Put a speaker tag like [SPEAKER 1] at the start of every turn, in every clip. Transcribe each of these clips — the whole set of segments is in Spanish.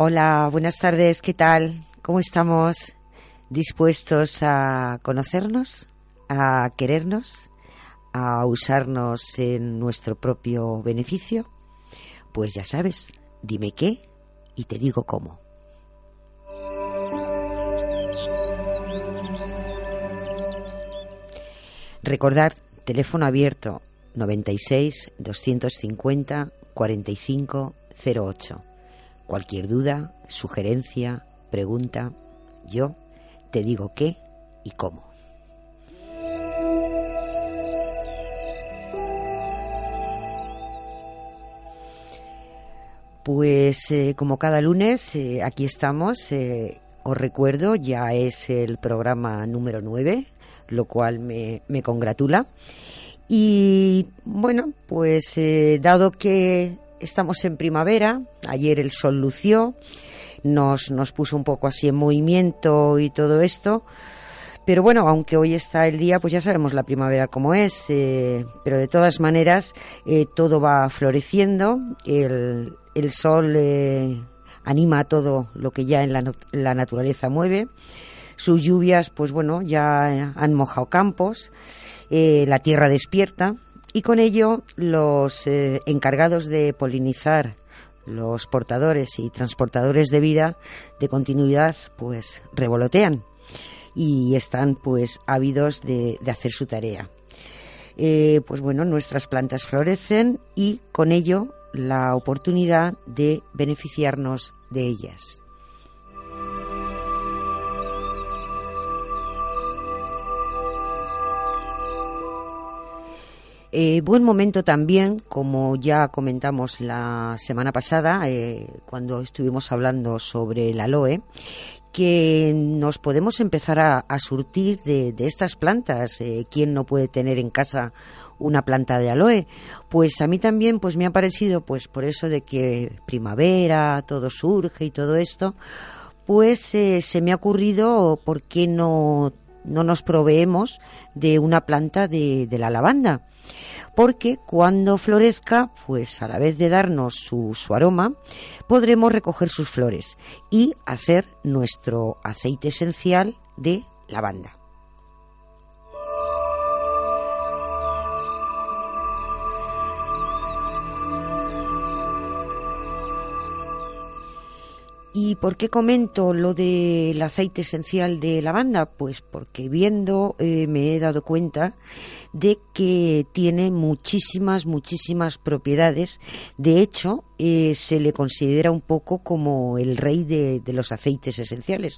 [SPEAKER 1] Hola, buenas tardes, ¿qué tal? ¿Cómo estamos? ¿Dispuestos a conocernos, a querernos, a usarnos en nuestro propio beneficio? Pues ya sabes, dime qué y te digo cómo. Recordad, teléfono abierto 96 250 45 08. Cualquier duda, sugerencia, pregunta, yo te digo qué y cómo. Pues como cada lunes, aquí estamos. Os recuerdo, ya es el programa número 9, lo cual me congratula. Y bueno, pues dado que estamos en primavera, ayer el sol lució, nos puso un poco así en movimiento y todo esto. Pero bueno, aunque hoy está el día, pues ya sabemos la primavera cómo es, pero de todas maneras todo va floreciendo, el sol anima a todo lo que ya en la naturaleza mueve, sus lluvias pues bueno ya han mojado campos, la tierra despierta y con ello los encargados de polinizar, los portadores y transportadores de vida, de continuidad, pues revolotean y están pues ávidos de hacer su tarea. Pues bueno, nuestras plantas florecen y con ello la oportunidad de beneficiarnos de ellas. Buen momento también, como ya comentamos la semana pasada, cuando estuvimos hablando sobre el aloe, que nos podemos empezar a surtir de estas plantas. ¿Quién no puede tener en casa una planta de aloe? Pues a mí también pues me ha parecido, pues por eso de que primavera, todo surge y todo esto, pues se me ha ocurrido por qué no nos proveemos de una planta de la lavanda. Porque cuando florezca, pues a la vez de darnos su aroma, podremos recoger sus flores y hacer nuestro aceite esencial de lavanda. ¿Y por qué comento lo del aceite esencial de lavanda? Pues porque viendo me he dado cuenta de que tiene muchísimas propiedades. De hecho, se le considera un poco como el rey de los aceites esenciales,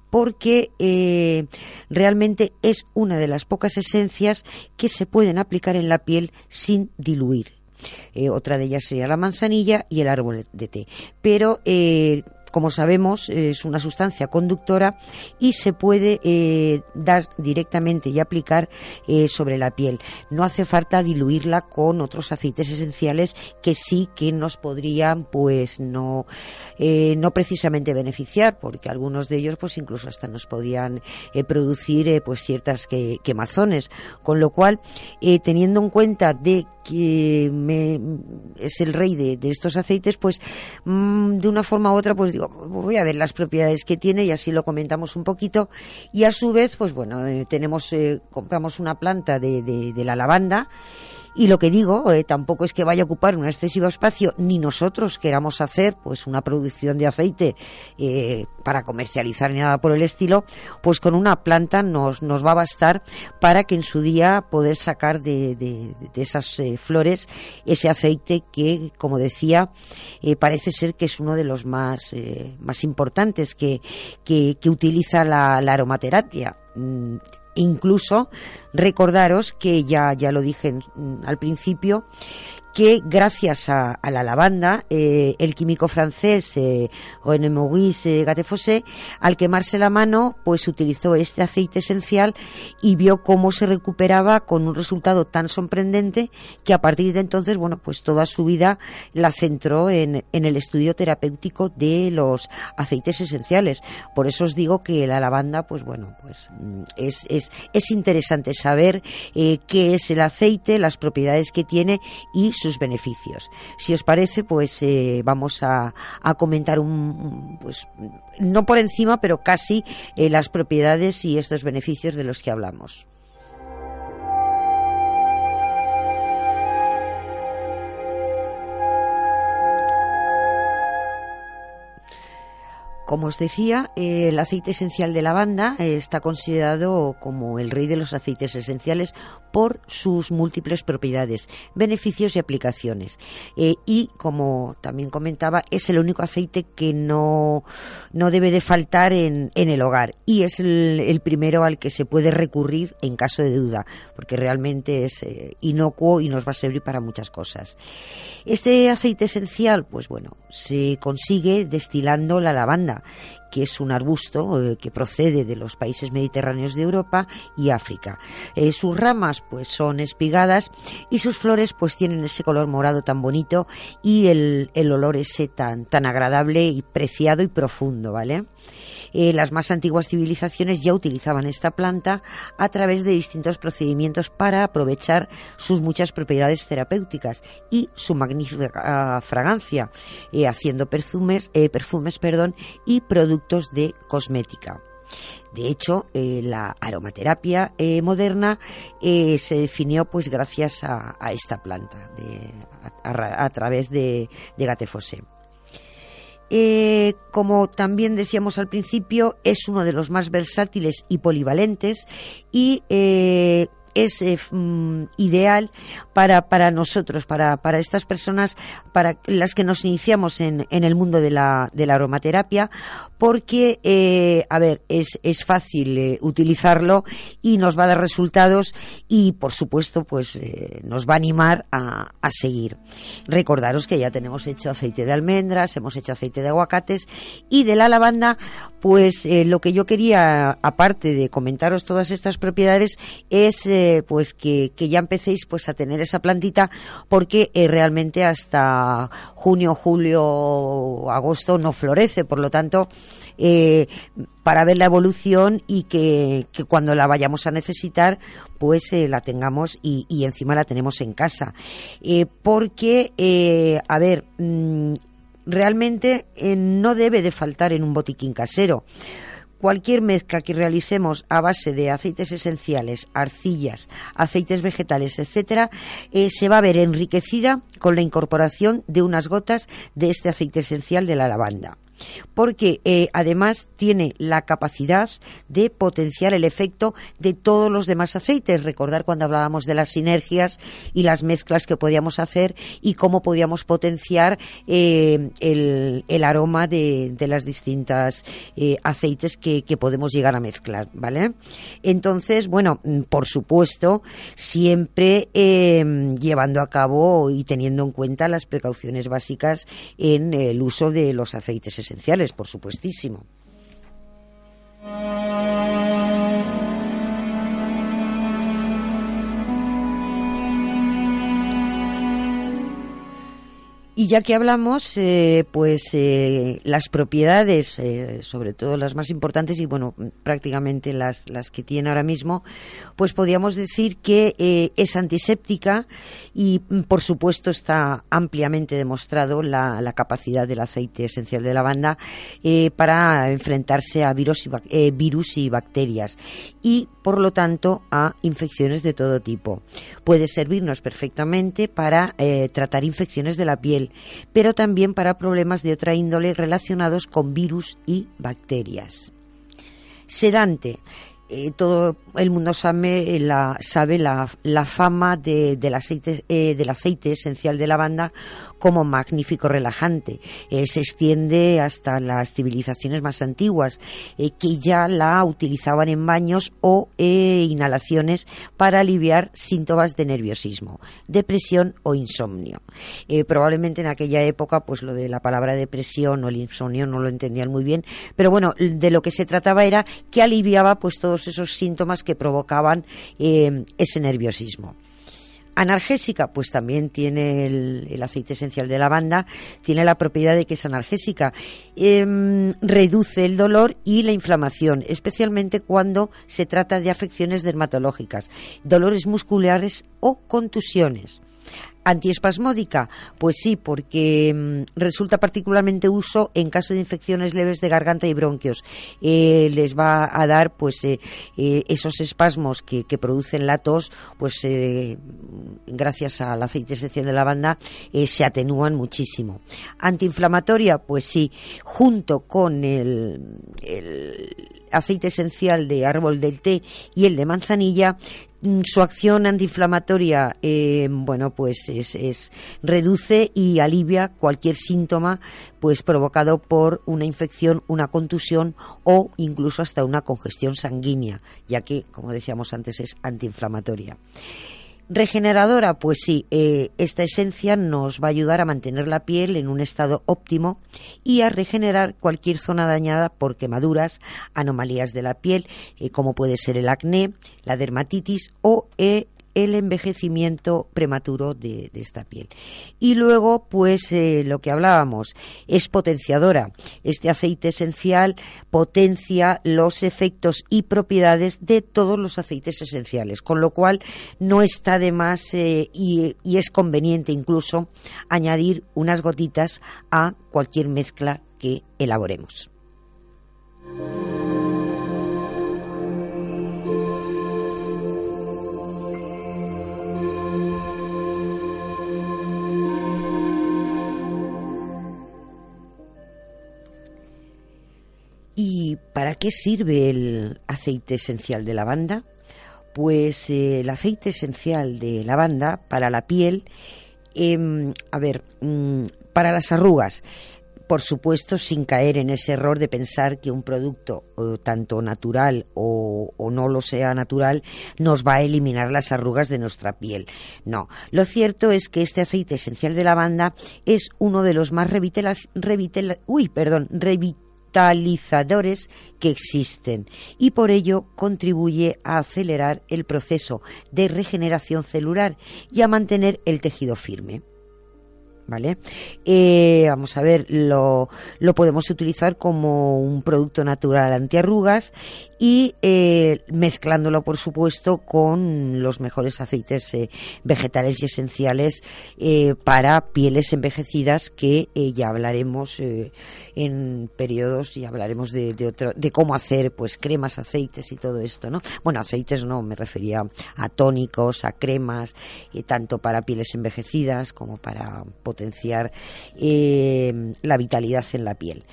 [SPEAKER 1] porque realmente es una de las pocas esencias que se pueden aplicar en la piel sin diluir. Otra de ellas sería la manzanilla y el árbol de té. Pero como sabemos, es una sustancia conductora y se puede dar directamente y aplicar sobre la piel. No hace falta diluirla con otros aceites esenciales que sí que nos podrían, pues no precisamente beneficiar, porque algunos de ellos, pues incluso hasta nos podían producir pues ciertas quemazones. Con lo cual, teniendo en cuenta de que es el rey de estos aceites, pues de una forma u otra, pues digo, voy a ver las propiedades que tiene y así lo comentamos un poquito. Y a su vez, pues bueno, compramos una planta de la lavanda. Y lo que digo, tampoco es que vaya a ocupar un excesivo espacio, ni nosotros queramos hacer pues una producción de aceite para comercializar ni nada por el estilo. Pues con una planta nos va a bastar para que en su día poder sacar de esas flores ese aceite que, como decía, parece ser que es uno de los más importantes que utiliza la aromaterapia. Incluso recordaros que ya lo dije al principio, que gracias a la lavanda, el químico francés René Maurice Gattefossé, al quemarse la mano, pues utilizó este aceite esencial y vio cómo se recuperaba con un resultado tan sorprendente que a partir de entonces, bueno, pues toda su vida la centró en el estudio terapéutico de los aceites esenciales. Por eso os digo que la lavanda, pues bueno, pues es interesante saber qué es el aceite, las propiedades que tiene y sus beneficios. Si os parece, pues vamos a comentar pues no por encima, pero casi las propiedades y estos beneficios de los que hablamos. Como os decía, el aceite esencial de lavanda está considerado como el rey de los aceites esenciales por sus múltiples propiedades, beneficios y aplicaciones. Y como también comentaba, es el único aceite que no debe de faltar en el hogar, y es el primero al que se puede recurrir en caso de duda, porque realmente es inocuo y nos va a servir para muchas cosas. Este aceite esencial, pues bueno, se consigue destilando la lavanda, que es un arbusto que procede de los países mediterráneos de Europa y África. Sus ramas pues son espigadas y sus flores pues tienen ese color morado tan bonito y el olor ese tan agradable y preciado y profundo, ¿vale? Las más antiguas civilizaciones ya utilizaban esta planta a través de distintos procedimientos para aprovechar sus muchas propiedades terapéuticas y su magnífica fragancia, haciendo perfumes y productos de cosmética. De hecho, la aromaterapia moderna se definió pues gracias a esta planta a través de Gattefossé. Como también decíamos al principio, es uno de los más versátiles y polivalentes y es ideal para nosotros, para estas personas, para las que nos iniciamos en el mundo de la aromaterapia, porque es fácil utilizarlo y nos va a dar resultados y por supuesto pues nos va a animar a seguir. Recordaros que ya tenemos hecho aceite de almendras, hemos hecho aceite de aguacates, y de la lavanda pues lo que yo quería, aparte de comentaros todas estas propiedades, es pues que ya empecéis pues a tener esa plantita, porque realmente hasta junio, julio, agosto no florece, por lo tanto para ver la evolución y que cuando la vayamos a necesitar pues la tengamos y encima la tenemos en casa, porque realmente no debe de faltar en un botiquín casero. Cualquier mezcla que realicemos a base de aceites esenciales, arcillas, aceites vegetales, etcétera, se va a ver enriquecida con la incorporación de unas gotas de este aceite esencial de la lavanda, porque además tiene la capacidad de potenciar el efecto de todos los demás aceites. Recordar cuando hablábamos de las sinergias y las mezclas que podíamos hacer y cómo podíamos potenciar el aroma de las distintas aceites que podemos llegar a mezclar, ¿vale? Entonces, bueno, por supuesto, siempre llevando a cabo y teniendo en cuenta las precauciones básicas en el uso de los aceites esenciales, por supuestísimo. Y ya que hablamos, las propiedades, sobre todo las más importantes y bueno, prácticamente las que tiene ahora mismo, pues podríamos decir que es antiséptica y por supuesto está ampliamente demostrado la capacidad del aceite esencial de lavanda para enfrentarse a virus y bacterias y por lo tanto a infecciones de todo tipo. Puede servirnos perfectamente para tratar infecciones de la piel, pero también para problemas de otra índole relacionados con virus y bacterias. Sedante. Todo el mundo sabe la fama del aceite esencial de lavanda como magnífico relajante. Se extiende hasta las civilizaciones más antiguas, que ya la utilizaban en baños o inhalaciones para aliviar síntomas de nerviosismo, depresión o insomnio. Probablemente en aquella época pues lo de la palabra depresión o el insomnio no lo entendían muy bien, pero bueno, de lo que se trataba era que aliviaba pues todos esos síntomas que provocaban ese nerviosismo. Analgésica, pues también tiene el aceite esencial de lavanda, tiene la propiedad de que es analgésica, reduce el dolor y la inflamación, especialmente cuando se trata de afecciones dermatológicas, dolores musculares o contusiones. ¿Antiespasmódica? Pues sí, porque resulta particularmente uso en caso de infecciones leves de garganta y bronquios. Les va a dar pues esos espasmos que producen la tos, pues gracias al aceite esencial de lavanda se atenúan muchísimo. Antiinflamatoria, pues sí, junto con el aceite esencial de árbol del té y el de manzanilla, su acción antiinflamatoria pues reduce y alivia cualquier síntoma pues provocado por una infección, una contusión o incluso hasta una congestión sanguínea, ya que, como decíamos antes, es antiinflamatoria. Regeneradora, pues sí, esta esencia nos va a ayudar a mantener la piel en un estado óptimo y a regenerar cualquier zona dañada por quemaduras, anomalías de la piel, como puede ser el acné, la dermatitis o el envejecimiento prematuro de esta piel. Y luego, pues lo que hablábamos, es potenciadora. Este aceite esencial potencia los efectos y propiedades de todos los aceites esenciales, con lo cual no está de más y es conveniente incluso añadir unas gotitas a cualquier mezcla que elaboremos. ¿Y para qué sirve el aceite esencial de lavanda? Pues el aceite esencial de lavanda para la piel, para las arrugas, por supuesto sin caer en ese error de pensar que un producto tanto natural o no lo sea natural nos va a eliminar las arrugas de nuestra piel. No, lo cierto es que este aceite esencial de lavanda es uno de los más revitalizadores que existen y por ello contribuye a acelerar el proceso de regeneración celular y a mantener el tejido firme. ¿Vale? Vamos a ver, lo podemos utilizar como un producto natural antiarrugas y mezclándolo, por supuesto, con los mejores aceites vegetales y esenciales para pieles envejecidas, que ya hablaremos en periodos, y hablaremos de cómo hacer pues cremas, aceites y todo esto, ¿no? Bueno, aceites no, me refería a tónicos, a cremas, tanto para pieles envejecidas como para potenciar la vitalidad en la piel.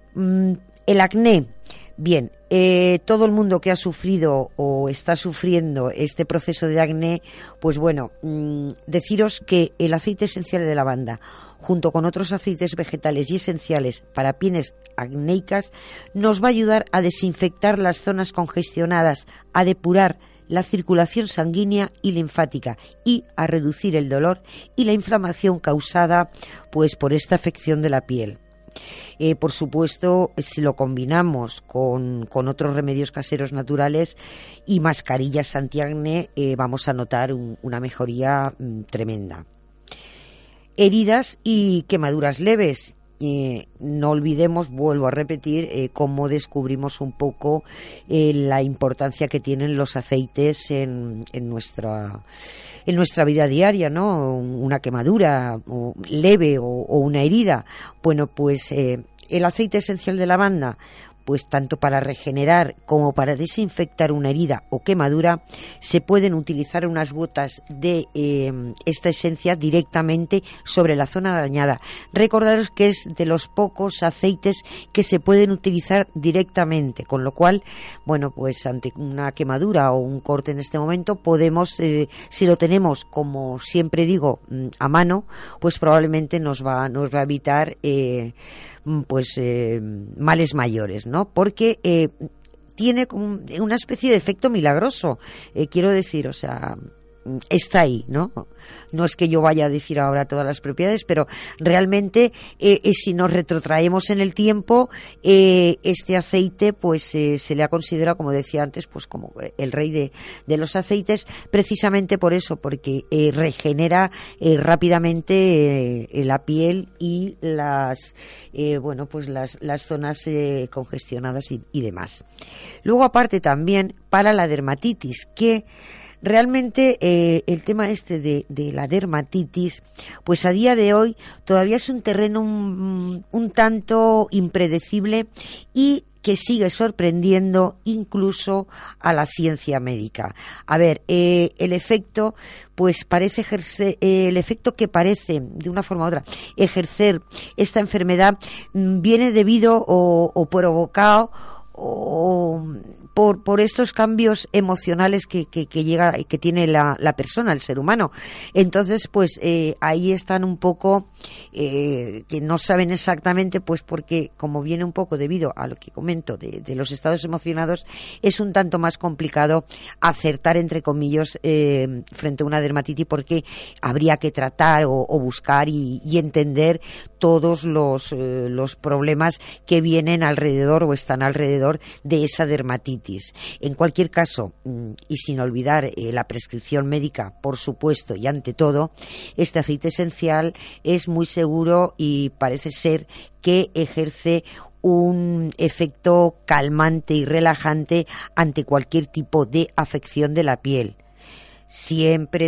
[SPEAKER 1] El acné, bien, todo el mundo que ha sufrido o está sufriendo este proceso de acné, pues bueno, deciros que el aceite esencial de lavanda, junto con otros aceites vegetales y esenciales para pieles acnéicas, nos va a ayudar a desinfectar las zonas congestionadas, a depurar la circulación sanguínea y linfática y a reducir el dolor y la inflamación causada pues por esta afección de la piel. Por supuesto, si lo combinamos con otros remedios caseros naturales y mascarillas antiacné, vamos a notar una mejoría tremenda. Heridas y quemaduras leves. No olvidemos, vuelvo a repetir, cómo descubrimos un poco la importancia que tienen los aceites en nuestra vida diaria, ¿no? Una quemadura leve o una herida. Bueno, pues el aceite esencial de lavanda, pues tanto para regenerar como para desinfectar una herida o quemadura, se pueden utilizar unas gotas de esta esencia directamente sobre la zona dañada. Recordaros que es de los pocos aceites que se pueden utilizar directamente, con lo cual, bueno, pues ante una quemadura o un corte en este momento podemos, si lo tenemos, como siempre digo, a mano, pues probablemente nos va a evitar males mayores, ¿no? Porque tiene como una especie de efecto milagroso, quiero decir, o sea, está ahí, ¿no? No es que yo vaya a decir ahora todas las propiedades, pero realmente si nos retrotraemos en el tiempo, este aceite pues se le ha considerado, como decía antes, pues como el rey de los aceites, precisamente por eso, porque regenera rápidamente la piel y las zonas congestionadas y demás. Luego, aparte, también para la dermatitis, que realmente el tema este de la dermatitis, pues a día de hoy todavía es un terreno un tanto impredecible y que sigue sorprendiendo incluso a la ciencia médica. A ver, el efecto, pues parece ejercer, el efecto que parece, de una forma u otra, ejercer esta enfermedad viene debido o provocado o por estos cambios emocionales que tiene la persona, el ser humano. Entonces, pues ahí están un poco que no saben exactamente, pues porque como viene un poco debido a lo que comento de los estados emocionados, es un tanto más complicado acertar, entre comillas, frente a una dermatitis, porque habría que tratar o buscar y entender todos los problemas que vienen alrededor o están alrededor de esa dermatitis. En cualquier caso, y sin olvidar la prescripción médica, por supuesto, y ante todo, este aceite esencial es muy seguro y parece ser que ejerce un efecto calmante y relajante ante cualquier tipo de afección de la piel. Siempre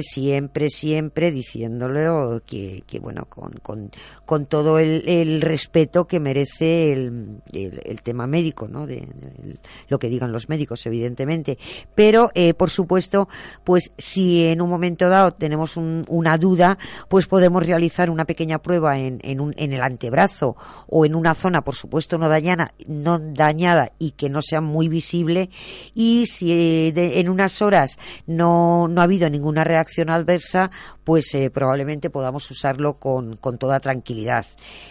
[SPEAKER 1] diciéndole que bueno, con todo el respeto que merece el tema médico, ¿no? De lo que digan los médicos, evidentemente. Pero, por supuesto, pues si en un momento dado tenemos una duda, pues podemos realizar una pequeña prueba en el antebrazo o en una zona, por supuesto, no dañada y que no sea muy visible. Y si en unas horas no ha habido ninguna reacción adversa, pues probablemente podamos usarlo con toda tranquilidad.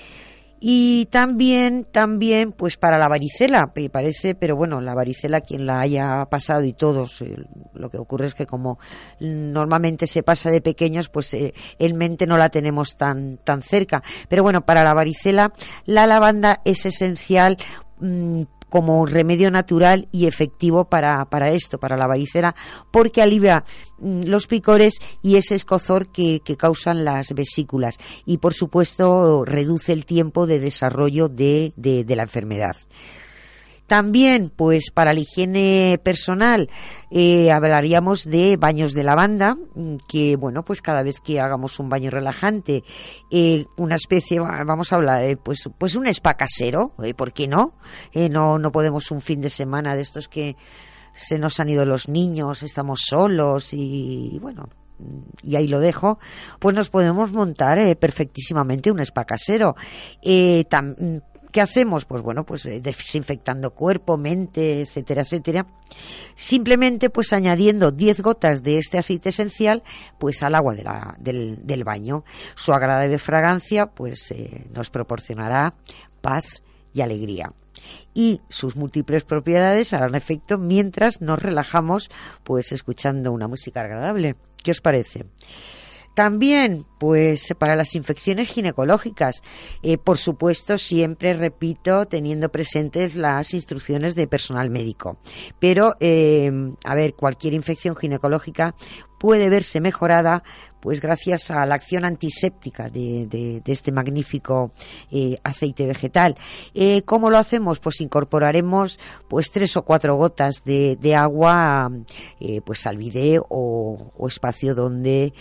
[SPEAKER 1] Y también pues para la varicela, me parece, pero bueno, la varicela, quien la haya pasado y todos, lo que ocurre es que como normalmente se pasa de pequeños, pues en mente no la tenemos tan cerca. Pero bueno, para la varicela la lavanda es esencial como remedio natural y efectivo para esto, para la varicela, porque alivia los picores y ese escozor que causan las vesículas y, por supuesto, reduce el tiempo de desarrollo de la enfermedad. También, pues para la higiene personal, hablaríamos de baños de lavanda, que bueno, pues cada vez que hagamos un baño relajante, una especie, vamos a hablar, pues un spa casero, ¿por qué no? No podemos un fin de semana de estos que se nos han ido los niños, estamos solos y bueno, y ahí lo dejo, pues nos podemos montar perfectísimamente un spa casero. ¿Qué hacemos? Pues bueno, pues desinfectando cuerpo, mente, etcétera, etcétera. Simplemente pues añadiendo 10 gotas de este aceite esencial pues al agua del baño. Su agradable fragancia pues nos proporcionará paz y alegría. Y sus múltiples propiedades harán efecto mientras nos relajamos pues escuchando una música agradable. ¿Qué os parece? También, pues para las infecciones ginecológicas, por supuesto, siempre repito, teniendo presentes las instrucciones de personal médico. Pero, a ver, cualquier infección ginecológica puede verse mejorada pues gracias a la acción antiséptica de este magnífico aceite vegetal. ¿Cómo lo hacemos? Pues incorporaremos pues 3 o 4 gotas de agua pues al bidé o espacio donde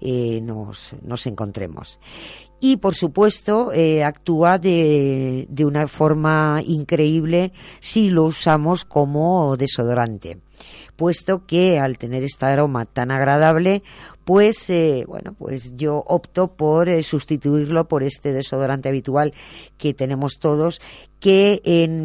[SPEAKER 1] nos encontremos. Y, por supuesto, actúa de una forma increíble si lo usamos como desodorante, puesto que al tener este aroma tan agradable, pues bueno, pues yo opto por sustituirlo por este desodorante habitual que tenemos todos, que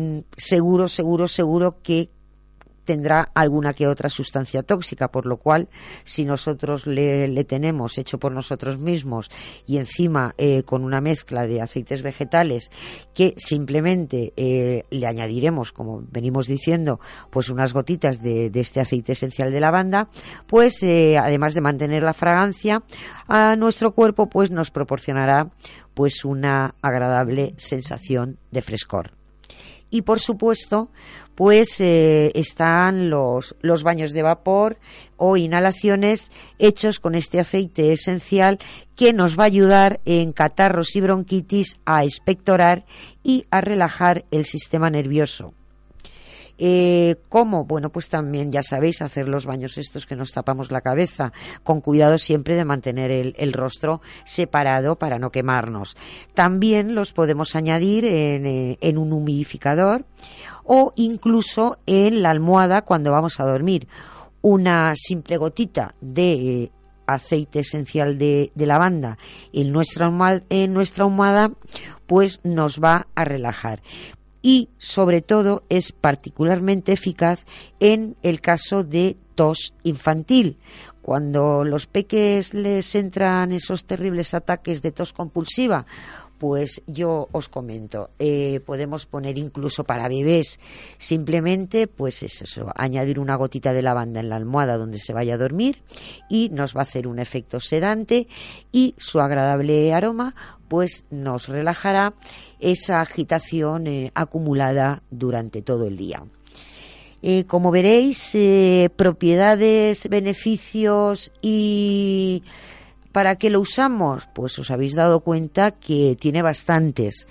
[SPEAKER 1] seguro que tendrá alguna que otra sustancia tóxica, por lo cual si nosotros le tenemos hecho por nosotros mismos y encima con una mezcla de aceites vegetales que simplemente le añadiremos, como venimos diciendo, pues unas gotitas de este aceite esencial de lavanda, pues además de mantener la fragancia a nuestro cuerpo, pues nos proporcionará pues una agradable sensación de frescor. Y, por supuesto, pues están los baños de vapor o inhalaciones hechos con este aceite esencial que nos va a ayudar en catarros y bronquitis a expectorar y a relajar el sistema nervioso. ¿Cómo? Bueno, pues también ya sabéis, hacer los baños estos que nos tapamos la cabeza, con cuidado siempre de mantener el rostro separado para no quemarnos. También los podemos añadir en un humidificador o incluso en la almohada cuando vamos a dormir. Una simple gotita de aceite esencial de lavanda en nuestra almohada, pues nos va a relajar. Y sobre todo es particularmente eficaz en el caso de tos infantil. Cuando los peques les entran esos terribles ataques de tos compulsiva, pues yo os comento, podemos poner incluso para bebés, simplemente pues es eso, añadir una gotita de lavanda en la almohada donde se vaya a dormir y nos va a hacer un efecto sedante y su agradable aroma pues nos relajará esa agitación acumulada durante todo el día. Como veréis, propiedades, beneficios y ¿para qué lo usamos? Pues os habéis dado cuenta que tiene bastantes.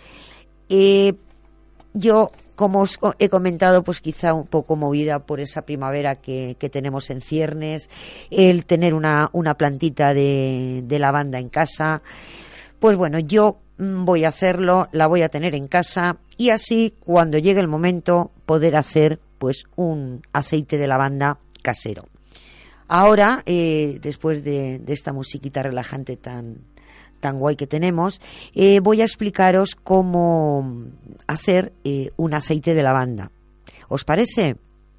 [SPEAKER 1] Yo, como os he comentado, pues quizá un poco movida por esa primavera que tenemos en ciernes, el tener una plantita de lavanda en casa. Pues bueno, yo voy a hacerlo, la voy a tener en casa y así cuando llegue el momento poder hacer pues un aceite de lavanda casero. Ahora, después de esta musiquita relajante tan guay que tenemos, voy a explicaros cómo hacer un aceite de lavanda. ¿Os parece?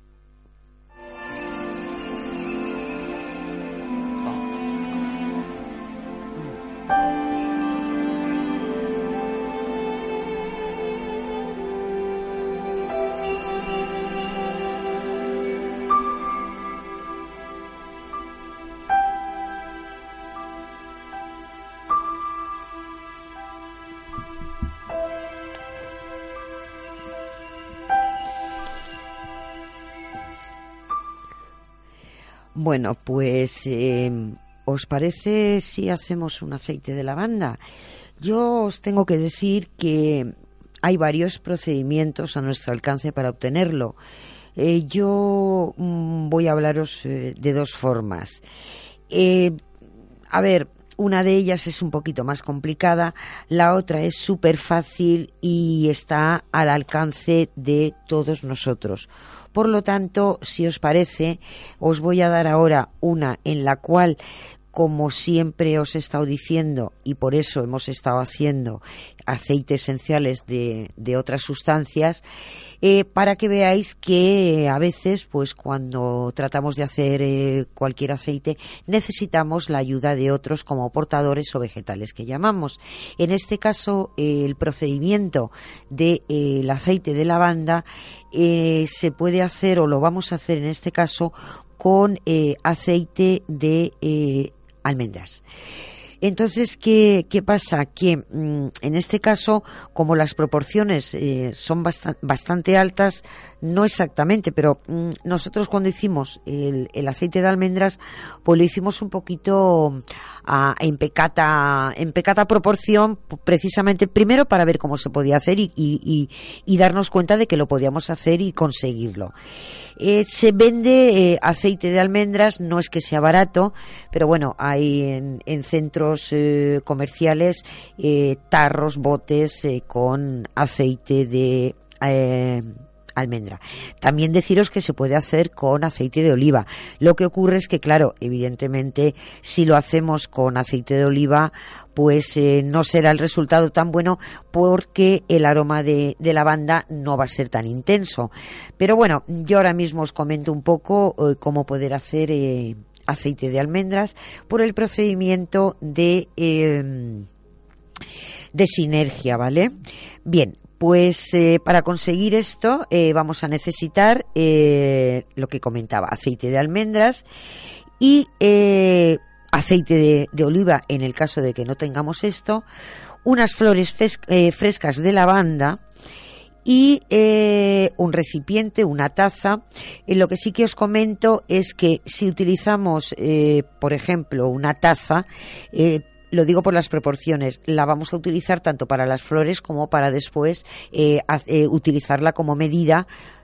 [SPEAKER 1] Bueno, pues ¿os parece si hacemos un aceite de lavanda? Yo os tengo que decir que hay varios procedimientos a nuestro alcance para obtenerlo. Yo voy a hablaros de dos formas. A ver, una de ellas es un poquito más complicada, la otra es súper fácil y está al alcance de todos nosotros. Por lo tanto, si os parece, os voy a dar ahora una en la cual, como siempre os he estado diciendo, y por eso hemos estado haciendo aceites esenciales de otras sustancias, para que veáis que a veces, pues cuando tratamos de hacer cualquier aceite, necesitamos la ayuda de otros como portadores o vegetales que llamamos. En este caso, el procedimiento del aceite de lavanda se puede hacer, o lo vamos a hacer en este caso, con aceite de almendras. Entonces, ¿qué pasa? Que en este caso, como las proporciones son bastante altas, no exactamente, pero nosotros cuando hicimos el aceite de almendras, pues lo hicimos un poquito en pecata proporción, precisamente primero para ver cómo se podía hacer y darnos cuenta de que lo podíamos hacer y conseguirlo. Se vende aceite de almendras, no es que sea barato, pero bueno, hay en centros comerciales tarros, botes con aceite de almendra. También deciros que se puede hacer con aceite de oliva. Lo que ocurre es que, claro, evidentemente, si lo hacemos con aceite de oliva, pues no será el resultado tan bueno porque el aroma de lavanda no va a ser tan intenso. Pero bueno, yo ahora mismo os comento un poco cómo poder hacer aceite de almendras por el procedimiento de sinergia, ¿vale? Bien, pues para conseguir esto vamos a necesitar lo que comentaba, aceite de almendras y aceite de oliva en el caso de que no tengamos esto, unas flores frescas de lavanda y un recipiente, una taza. Lo que sí que os comento es que si utilizamos, por ejemplo, una taza, lo digo por las proporciones, la vamos a utilizar tanto para las flores como para después utilizarla como medida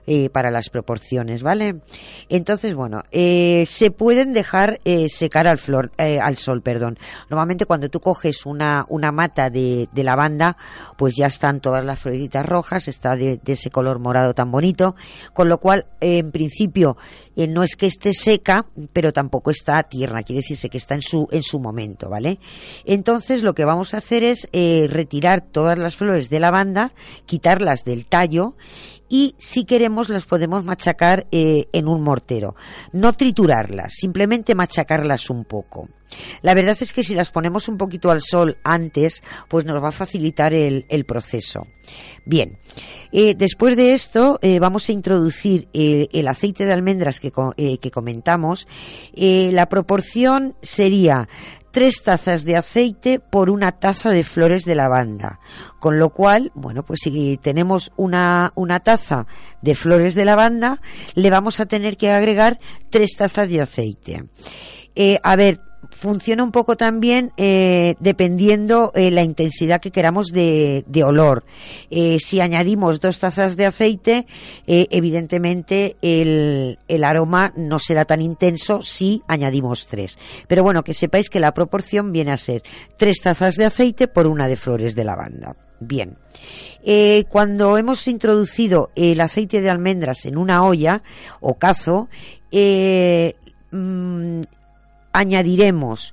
[SPEAKER 1] para las proporciones, ¿vale? Entonces, bueno, se pueden dejar secar al sol, perdón. Normalmente cuando tú coges una mata de lavanda, pues ya están todas las florecitas rojas, está de ese color morado tan bonito, con lo cual, en principio, no es que esté seca, pero tampoco está tierna, quiere decirse que está en su momento, ¿vale? Entonces, lo que vamos a hacer es retirar todas las flores de lavanda, quitarlas del tallo, y si queremos las podemos machacar en un mortero, no triturarlas, simplemente machacarlas un poco. La verdad es que si las ponemos un poquito al sol antes, pues nos va a facilitar el proceso. Bien, después de esto vamos a introducir el aceite de almendras que comentamos. La proporción sería 3 tazas de aceite por 1 taza de flores de lavanda, con lo cual, bueno, pues si tenemos una taza de flores de lavanda, le vamos a tener que agregar 3 tazas de aceite. Funciona un poco también dependiendo la intensidad que queramos de olor. Si añadimos 2 tazas de aceite, evidentemente el aroma no será tan intenso si añadimos 3. Pero bueno, que sepáis que la proporción viene a ser 3 tazas de aceite por 1 de flores de lavanda. Bien, cuando hemos introducido el aceite de almendras en una olla o cazo, añadiremos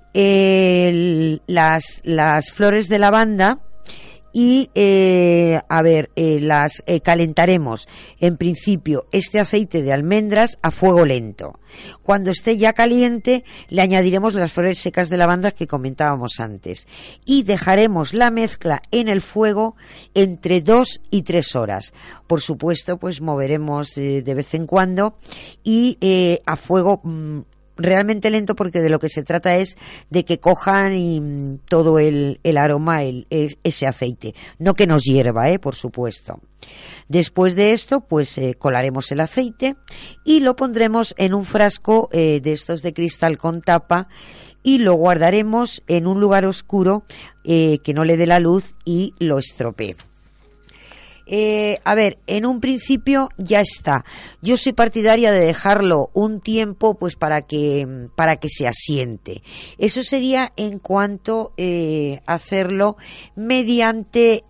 [SPEAKER 1] las flores de lavanda y las calentaremos en principio este aceite de almendras a fuego lento. Cuando esté ya caliente le añadiremos las flores secas de lavanda que comentábamos antes y dejaremos la mezcla en el fuego entre 2 y 3 horas. Por supuesto, pues moveremos de vez en cuando y a fuego realmente lento, porque de lo que se trata es de que cojan todo el aroma, ese aceite, no que nos hierva, por supuesto. Después de esto, pues colaremos el aceite y lo pondremos en un frasco de estos de cristal con tapa y lo guardaremos en un lugar oscuro que no le dé la luz y lo estropee. En un principio ya está. Yo soy partidaria de dejarlo un tiempo, pues para que se asiente. Eso sería en cuanto a hacerlo mediante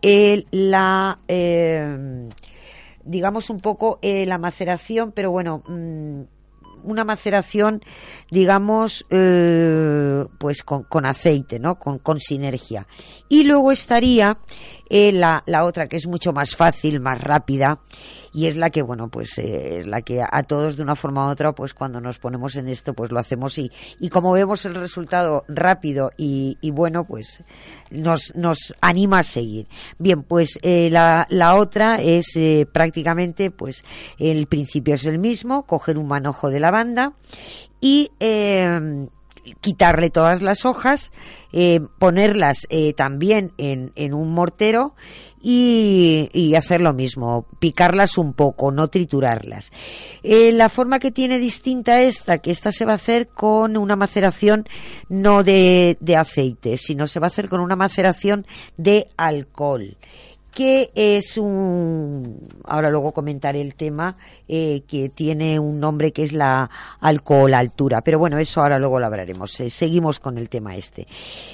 [SPEAKER 1] digamos un poco la maceración, pero bueno, una maceración, digamos, pues con aceite, ¿no? Con sinergia. Y luego estaría la otra, que es mucho más fácil, más rápida, y es la que, bueno, pues es la que a todos de una forma u otra, pues cuando nos ponemos en esto, pues lo hacemos y como vemos el resultado rápido y bueno, pues nos anima a seguir. Bien, pues la otra es prácticamente, pues el principio es el mismo: coger un manojo de lavanda y quitarle todas las hojas, ponerlas también en un mortero y hacer lo mismo, picarlas un poco, no triturarlas. La forma que tiene distinta que esta se va a hacer con una maceración no de aceite, sino se va a hacer con una maceración de alcohol, que es ahora luego comentaré el tema, que tiene un nombre que es la alcohol altura, pero bueno, eso ahora luego lo hablaremos. Seguimos con el tema este.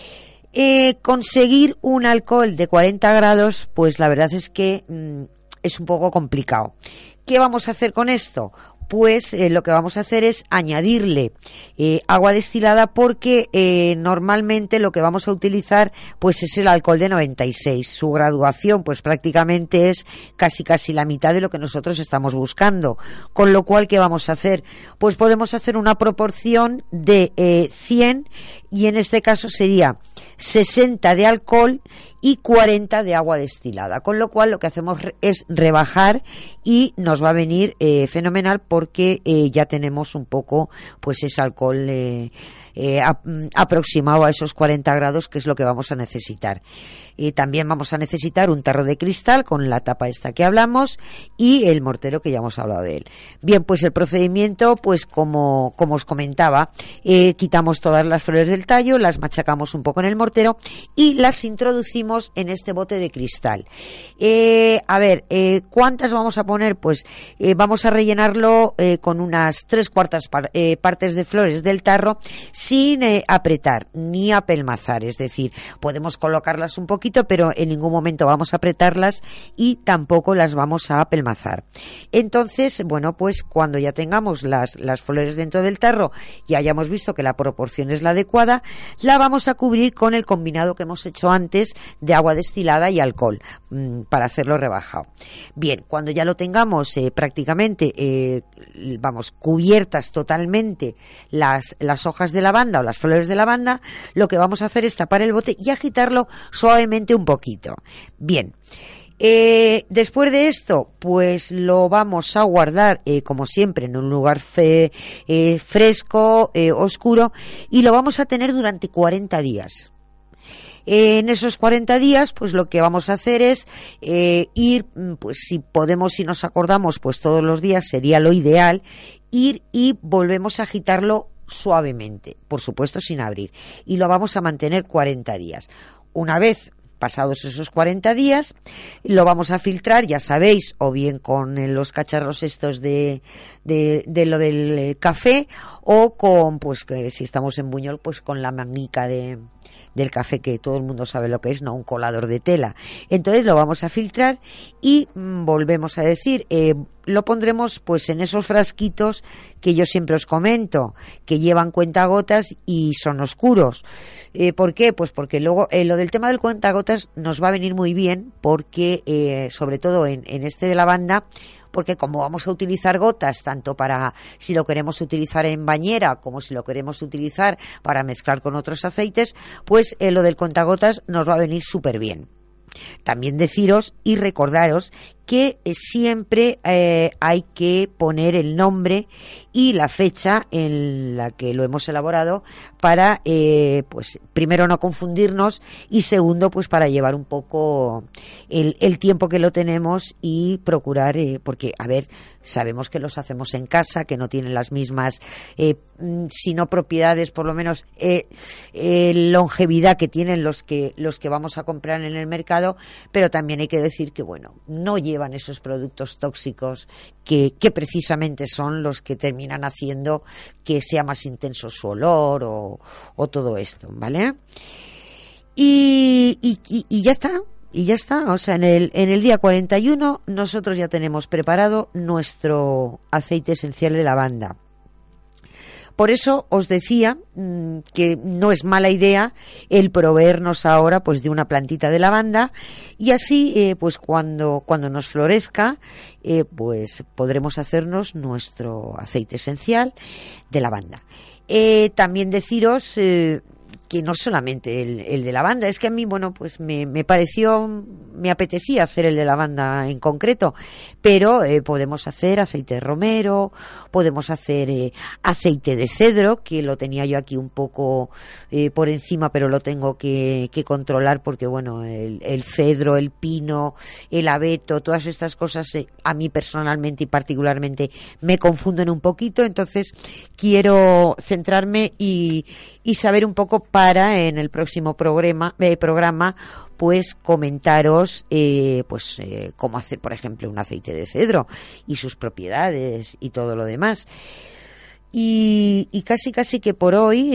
[SPEAKER 1] Conseguir un alcohol de 40 grados, pues la verdad es que es un poco complicado. ¿Qué vamos a hacer con esto? Pues lo que vamos a hacer es añadirle agua destilada, porque normalmente lo que vamos a utilizar pues es el alcohol de 96. Su graduación pues prácticamente es casi la mitad de lo que nosotros estamos buscando. Con lo cual, ¿qué vamos a hacer? Pues podemos hacer una proporción de 100, y en este caso sería 60 de alcohol y 40 de agua destilada, con lo cual lo que hacemos es rebajar y nos va a venir fenomenal, porque ya tenemos un poco pues ese alcohol aproximado a esos 40 grados, que es lo que vamos a necesitar. También vamos a necesitar un tarro de cristal con la tapa esta que hablamos y el mortero, que ya hemos hablado de él. Bien, pues el procedimiento, pues como os comentaba, quitamos todas las flores del tallo, las machacamos un poco en el mortero y las introducimos ponemos en este bote de cristal. ¿Cuántas vamos a poner? Pues vamos a rellenarlo con unas 3/4 partes de flores del tarro sin apretar ni apelmazar, es decir, podemos colocarlas un poquito, pero en ningún momento vamos a apretarlas y tampoco las vamos a apelmazar. Entonces, bueno, pues cuando ya tengamos las flores dentro del tarro y hayamos visto que la proporción es la adecuada, la vamos a cubrir con el combinado que hemos hecho antes de agua destilada y alcohol para hacerlo rebajado. Bien, cuando ya lo tengamos prácticamente cubiertas totalmente las hojas de lavanda o las flores de lavanda, lo que vamos a hacer es tapar el bote y agitarlo suavemente un poquito. Bien. Después de esto, pues lo vamos a guardar, como siempre, en un lugar fresco, oscuro, y lo vamos a tener durante 40 días. En esos 40 días, pues lo que vamos a hacer es ir, pues si podemos, si nos acordamos, pues todos los días sería lo ideal, ir y volvemos a agitarlo suavemente, por supuesto sin abrir, y lo vamos a mantener 40 días. Una vez pasados esos 40 días, lo vamos a filtrar, ya sabéis, o bien con los cacharros estos de lo del café, o con, pues que si estamos en Buñol, pues con la manguica del café, que todo el mundo sabe lo que es, no un colador de tela. Entonces lo vamos a filtrar y volvemos a decir, lo pondremos pues en esos frasquitos que yo siempre os comento, que llevan cuentagotas y son oscuros. ¿Por qué? Pues porque luego lo del tema del cuentagotas nos va a venir muy bien, porque sobre todo en este de lavanda, porque como vamos a utilizar gotas tanto para si lo queremos utilizar en bañera como si lo queremos utilizar para mezclar con otros aceites, pues lo del cuentagotas nos va a venir súper bien. También deciros y recordaros que siempre hay que poner el nombre y la fecha en la que lo hemos elaborado para, pues primero no confundirnos y segundo pues para llevar un poco el tiempo que lo tenemos y procurar, porque a ver, sabemos que los hacemos en casa, que no tienen las mismas, si no propiedades, por lo menos longevidad que tienen los que vamos a comprar en el mercado, pero también hay que decir que bueno, no llevan esos productos tóxicos que precisamente son los que terminan haciendo que sea más intenso su olor o todo esto, ¿vale? Y ya está. Y ya está, o sea, en el día 41 nosotros ya tenemos preparado nuestro aceite esencial de lavanda. Por eso os decía que no es mala idea el proveernos ahora pues de una plantita de lavanda y así pues cuando nos florezca pues podremos hacernos nuestro aceite esencial de lavanda. También deciros que no solamente el de lavanda, es que a mí, bueno, pues me apetecía hacer el de lavanda en concreto, pero podemos hacer aceite de romero, podemos hacer aceite de cedro, que lo tenía yo aquí un poco por encima, pero lo tengo que controlar porque, bueno, el cedro, el pino, el abeto, todas estas cosas a mí personalmente y particularmente me confunden un poquito, entonces quiero centrarme y saber un poco para en el próximo programa pues comentaros cómo hacer, por ejemplo, un aceite de cedro y sus propiedades y todo lo demás. Y casi que por hoy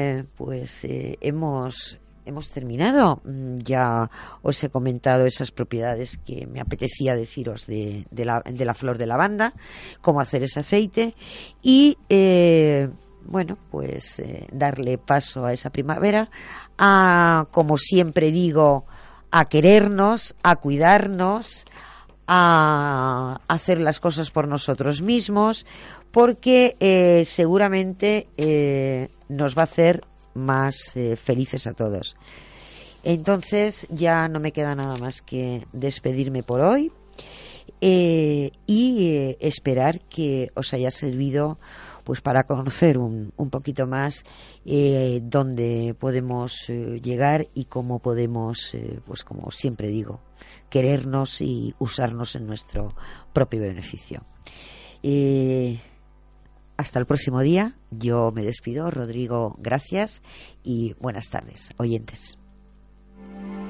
[SPEAKER 1] hemos terminado. Ya os he comentado esas propiedades que me apetecía deciros de la flor de lavanda, cómo hacer ese aceite y bueno, pues darle paso a esa primavera, como siempre digo, a querernos, a cuidarnos, a hacer las cosas por nosotros mismos, porque seguramente nos va a hacer más felices a todos. Entonces ya no me queda nada más que despedirme por hoy y esperar que os haya servido pues para conocer un poquito más dónde podemos llegar y cómo podemos, pues como siempre digo, querernos y usarnos en nuestro propio beneficio. Hasta el próximo día. Yo me despido. Rodrigo, gracias y buenas tardes, oyentes.